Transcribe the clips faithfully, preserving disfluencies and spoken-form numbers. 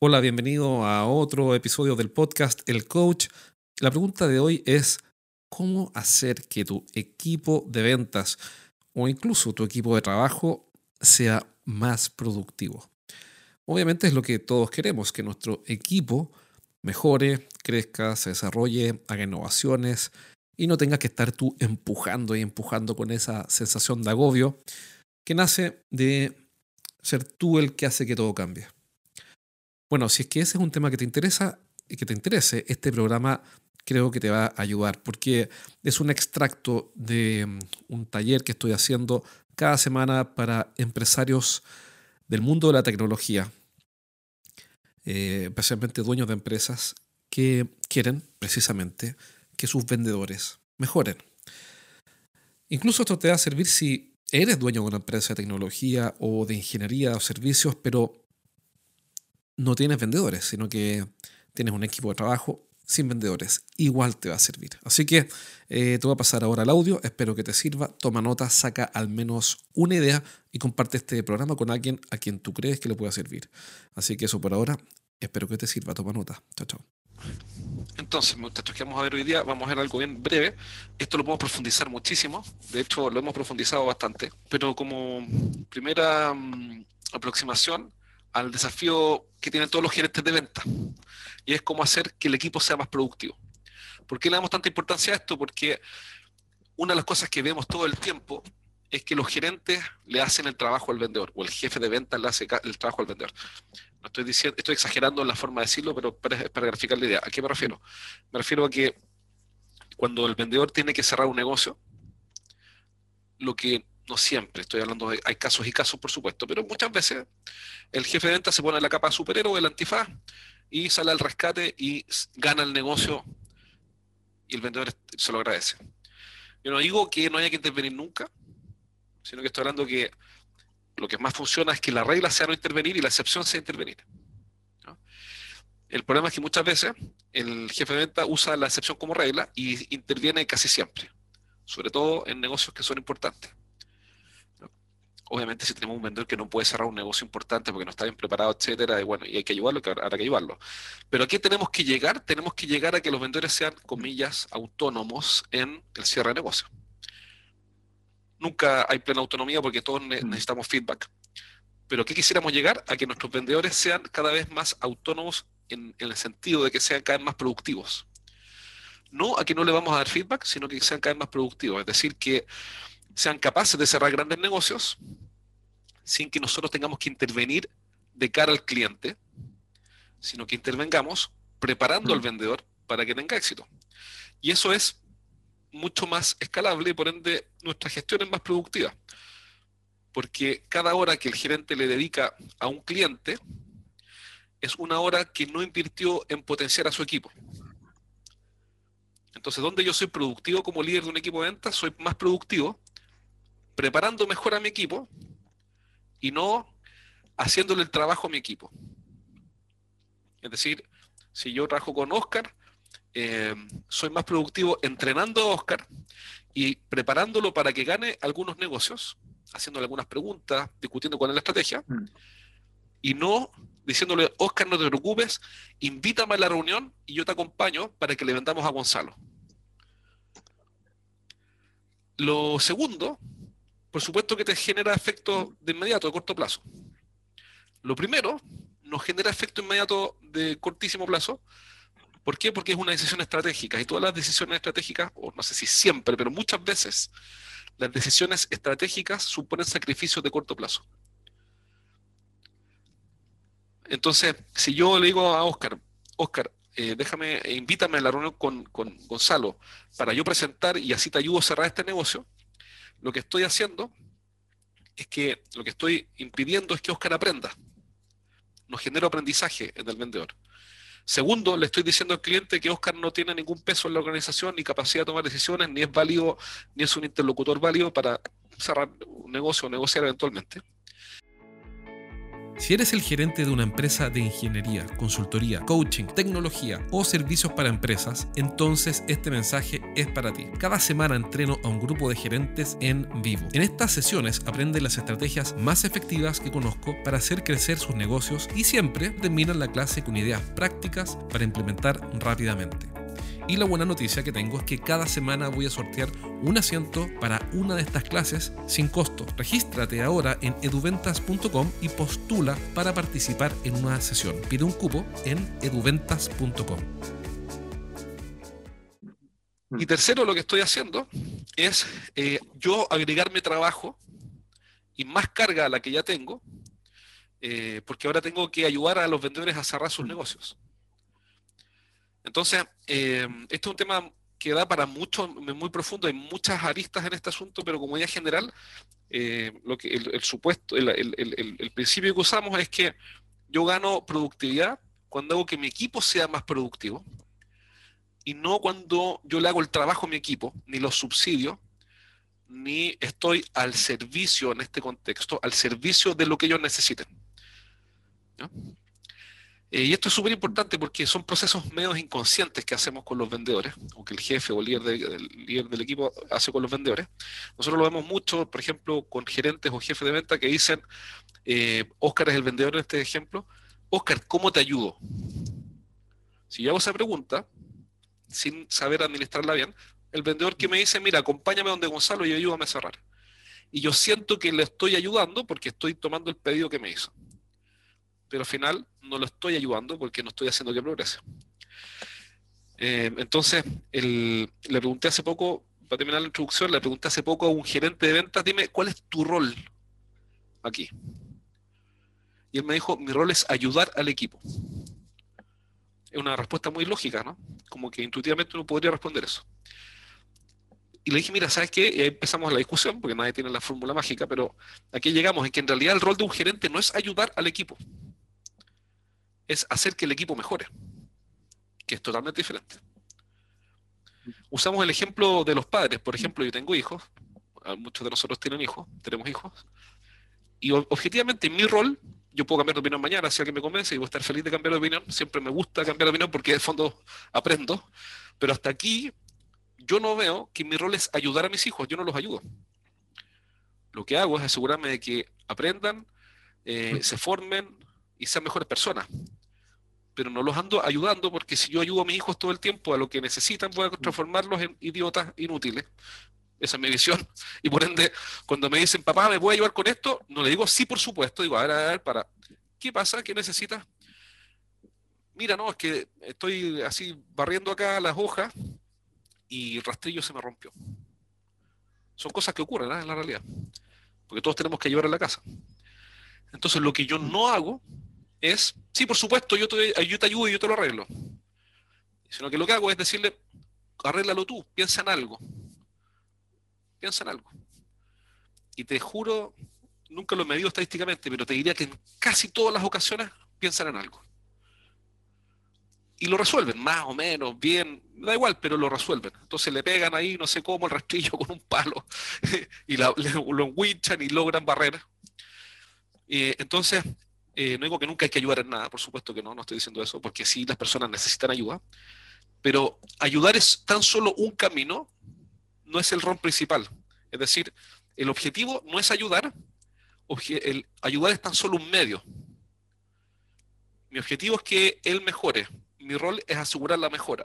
Hola, bienvenido a otro episodio del podcast El Coach. La pregunta de hoy es, ¿cómo hacer que tu equipo de ventas o incluso tu equipo de trabajo sea más productivo? Obviamente es lo que todos queremos, que nuestro equipo mejore, crezca, se desarrolle, haga innovaciones y no tenga que estar tú empujando y empujando con esa sensación de agobio que nace de ser tú el que hace que todo cambie. Bueno, si es que ese es un tema que te interesa y que te interese, este programa creo que te va a ayudar porque es un extracto de mm, un taller que estoy haciendo cada semana para empresarios del mundo de la tecnología, eh, especialmente dueños de empresas que quieren precisamente que sus vendedores mejoren. Incluso esto te va a servir si eres dueño de una empresa de tecnología o de ingeniería o servicios, pero no tienes vendedores, sino que tienes un equipo de trabajo sin vendedores. Igual te va a servir. Así que eh, te voy a pasar ahora el audio. Espero que te sirva. Toma nota, saca al menos una idea y comparte este programa con alguien a quien tú crees que le pueda servir. Así que eso por ahora. Espero que te sirva. Toma nota. Chao, chao. Entonces, muchachos, que vamos a ver hoy día, vamos a ver algo bien breve. Esto lo podemos profundizar muchísimo, de hecho lo hemos profundizado bastante, pero como primera mm, aproximación al desafío que tienen todos los gerentes de venta, y es cómo hacer que el equipo sea más productivo. ¿Por qué le damos tanta importancia a esto? Porque una de las cosas que vemos todo el tiempo es que los gerentes le hacen el trabajo al vendedor, o el jefe de venta le hace el trabajo al vendedor. No estoy diciendo, estoy exagerando en la forma de decirlo, pero para, para graficar la idea. ¿A qué me refiero? Me refiero a que cuando el vendedor tiene que cerrar un negocio, lo que no siempre, estoy hablando de, hay casos y casos por supuesto, pero muchas veces el jefe de venta se pone la capa de superhéroe, el antifaz, y sale al rescate y gana el negocio y el vendedor se lo agradece. Yo no digo que no haya que intervenir nunca, sino que estoy hablando que lo que más funciona es que la regla sea no intervenir y la excepción sea intervenir, ¿no? El problema es que muchas veces el jefe de venta usa la excepción como regla y interviene casi siempre, sobre todo en negocios que son importantes. Obviamente si tenemos un vendedor que no puede cerrar un negocio importante porque no está bien preparado, etcétera, y bueno, y hay que ayudarlo, que habrá que ayudarlo. Pero ¿a qué tenemos que llegar? Tenemos que llegar a que los vendedores sean, comillas, autónomos en el cierre de negocio. Nunca hay plena autonomía porque todos ne necesitamos feedback. Pero ¿qué quisiéramos llegar? A que nuestros vendedores sean cada vez más autónomos en, en el sentido de que sean cada vez más productivos. No a que no le vamos a dar feedback, sino que sean cada vez más productivos. Es decir, que sean capaces de cerrar grandes negocios sin que nosotros tengamos que intervenir de cara al cliente, sino que intervengamos preparando al vendedor para que tenga éxito. Y eso es mucho más escalable y por ende nuestra gestión es más productiva. Porque cada hora que el gerente le dedica a un cliente es una hora que no invirtió en potenciar a su equipo. Entonces, ¿dónde yo soy productivo como líder de un equipo de ventas? Soy más productivo preparando mejor a mi equipo y no haciéndole el trabajo a mi equipo. Es decir, si yo trabajo con Oscar, eh, soy más productivo entrenando a Oscar y preparándolo para que gane algunos negocios, haciéndole algunas preguntas, discutiendo cuál es la estrategia, mm. y no diciéndole, Oscar, no te preocupes, invítame a la reunión y yo te acompaño para que le vendamos a Gonzalo. Lo segundo, por supuesto que te genera efecto de inmediato, de corto plazo. Lo primero, nos genera efecto inmediato de cortísimo plazo. ¿Por qué? Porque es una decisión estratégica y todas las decisiones estratégicas, o no sé si siempre, pero muchas veces, las decisiones estratégicas suponen sacrificios de corto plazo. Entonces, si yo le digo a Oscar, Oscar, eh, déjame, eh, invítame a la reunión con, con Gonzalo para yo presentar y así te ayudo a cerrar este negocio, lo que estoy haciendo es que lo que estoy impidiendo es que Oscar aprenda. No genero aprendizaje en el vendedor. Segundo, le estoy diciendo al cliente que Oscar no tiene ningún peso en la organización, ni capacidad de tomar decisiones, ni es válido, ni es un interlocutor válido para cerrar un negocio o negociar eventualmente. Si eres el gerente de una empresa de ingeniería, consultoría, coaching, tecnología o servicios para empresas, entonces este mensaje es para ti. Cada semana entreno a un grupo de gerentes en vivo. En estas sesiones aprende las estrategias más efectivas que conozco para hacer crecer sus negocios y siempre terminan la clase con ideas prácticas para implementar rápidamente. Y la buena noticia que tengo es que cada semana voy a sortear un asiento para una de estas clases sin costo. Regístrate ahora en eduventas punto com y postula para participar en una sesión. Pide un cupo en eduventas punto com. Y tercero, lo que estoy haciendo es eh, yo agregarme trabajo y más carga a la que ya tengo, eh, porque ahora tengo que ayudar a los vendedores a cerrar sus negocios. Entonces, eh, este es un tema que da para mucho, muy profundo, hay muchas aristas en este asunto, pero como idea general, eh, lo que, el, el supuesto, el, el, el, el principio que usamos es que yo gano productividad cuando hago que mi equipo sea más productivo, y no cuando yo le hago el trabajo a mi equipo, ni los subsidios, ni estoy al servicio en este contexto, al servicio de lo que ellos necesiten, ¿no? Eh, y esto es súper importante porque son procesos medios inconscientes que hacemos con los vendedores, o que el jefe o el líder, de, el líder del equipo hace con los vendedores. Nosotros lo vemos mucho, por ejemplo, con gerentes o jefes de venta que dicen, eh, Oscar es el vendedor en este ejemplo, Oscar, ¿cómo te ayudo? Si yo hago esa pregunta, sin saber administrarla bien, el vendedor que me dice, mira, acompáñame donde Gonzalo y ayúdame a cerrar. Y yo siento que le estoy ayudando porque estoy tomando el pedido que me hizo. Pero al final no lo estoy ayudando porque no estoy haciendo que progrese. Eh, entonces, el, le pregunté hace poco, para terminar la introducción, le pregunté hace poco a un gerente de ventas, dime, ¿cuál es tu rol aquí? Y él me dijo, mi rol es ayudar al equipo. Es una respuesta muy lógica, ¿no? Como que intuitivamente uno podría responder eso. Y le dije, mira, ¿sabes qué? Y ahí empezamos la discusión, porque nadie tiene la fórmula mágica, pero aquí llegamos en que en realidad el rol de un gerente no es ayudar al equipo, es hacer que el equipo mejore, que es totalmente diferente. Usamos el ejemplo de los padres. Por ejemplo, yo tengo hijos, muchos de nosotros tienen hijos, tenemos hijos, y objetivamente en mi rol, yo puedo cambiar de opinión mañana si alguien me convence y voy a estar feliz de cambiar de opinión. Siempre me gusta cambiar de opinión porque de fondo aprendo, pero hasta aquí yo no veo que mi rol es ayudar a mis hijos, yo no los ayudo. Lo que hago es asegurarme de que aprendan, eh, se formen y sean mejores personas. Pero no los ando ayudando porque si yo ayudo a mis hijos todo el tiempo a lo que necesitan, voy a transformarlos en idiotas inútiles. Esa es mi visión. Y por ende, cuando me dicen, papá, ¿me puede ayudar con esto? No le digo, sí, por supuesto. Digo, a ver, a ver, para. ¿Qué pasa? ¿Qué necesitas? Mira, no, es que estoy así barriendo acá las hojas y el rastrillo se me rompió. Son cosas que ocurren, ¿eh? En la realidad. Porque todos tenemos que ayudar a la casa. Entonces, lo que yo no hago es, sí, por supuesto, yo te, yo te ayudo y yo te lo arreglo. Sino que lo que hago es decirle, arréglalo tú, piensa en algo. Piensa en algo. Y te juro, nunca lo he medido estadísticamente, pero te diría que en casi todas las ocasiones piensan en algo. Y lo resuelven, más o menos, bien, da igual, pero lo resuelven. Entonces le pegan ahí, no sé cómo, el rastrillo con un palo, y la, le, lo enwinchan y logran barrer. Eh, entonces, eh, no digo que nunca hay que ayudar en nada, por supuesto que no, no estoy diciendo eso, porque sí las personas necesitan ayuda, pero ayudar es tan solo un camino, no es el rol principal. Es decir, el objetivo no es ayudar, el ayudar es tan solo un medio. Mi objetivo es que él mejore, mi rol es asegurar la mejora.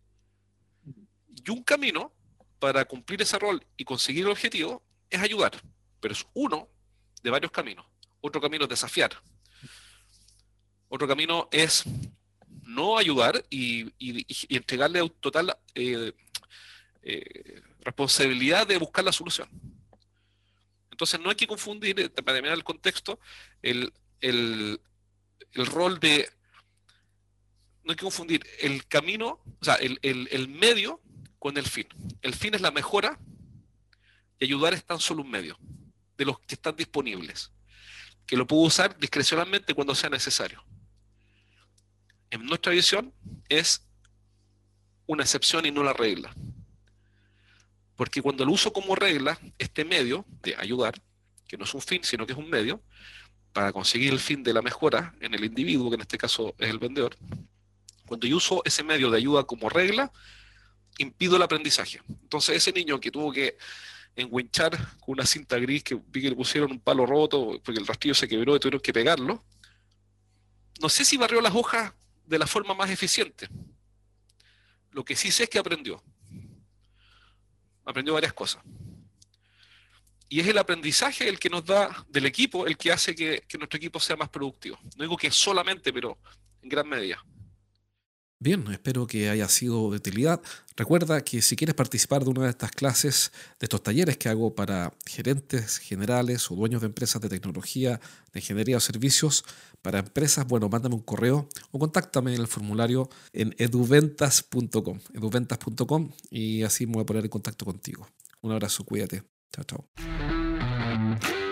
Y un camino para cumplir ese rol y conseguir el objetivo es ayudar, pero es uno de varios caminos. Otro camino es desafiar. Otro camino es no ayudar y, y, y entregarle total eh, eh, responsabilidad de buscar la solución. Entonces no hay que confundir, para terminar el contexto, el, el, el rol de... No hay que confundir el camino, o sea, el, el, el medio con el fin. El fin es la mejora y ayudar es tan solo un medio de los que están disponibles, que lo puedo usar discrecionalmente cuando sea necesario. En nuestra visión es una excepción y no la regla. Porque cuando lo uso como regla, este medio de ayudar, que no es un fin, sino que es un medio, para conseguir el fin de la mejora en el individuo, que en este caso es el vendedor, cuando yo uso ese medio de ayuda como regla, impido el aprendizaje. Entonces ese niño que tuvo que enguinchar con una cinta gris, que vi que le pusieron un palo roto porque el rastrillo se quebró y tuvieron que pegarlo, no sé si barrió las hojas de la forma más eficiente. Lo que sí sé es que aprendió. Aprendió varias cosas. Y es el aprendizaje el que nos da del equipo, el que hace que, que nuestro equipo sea más productivo. No digo que solamente, pero en gran medida. Bien, espero que haya sido de utilidad. Recuerda que si quieres participar de una de estas clases, de estos talleres que hago para gerentes generales o dueños de empresas de tecnología, de ingeniería o servicios, para empresas, bueno, mándame un correo o contáctame en el formulario en eduventas punto com, eduventas punto com, y así me voy a poner en contacto contigo. Un abrazo, cuídate. Chao, chao.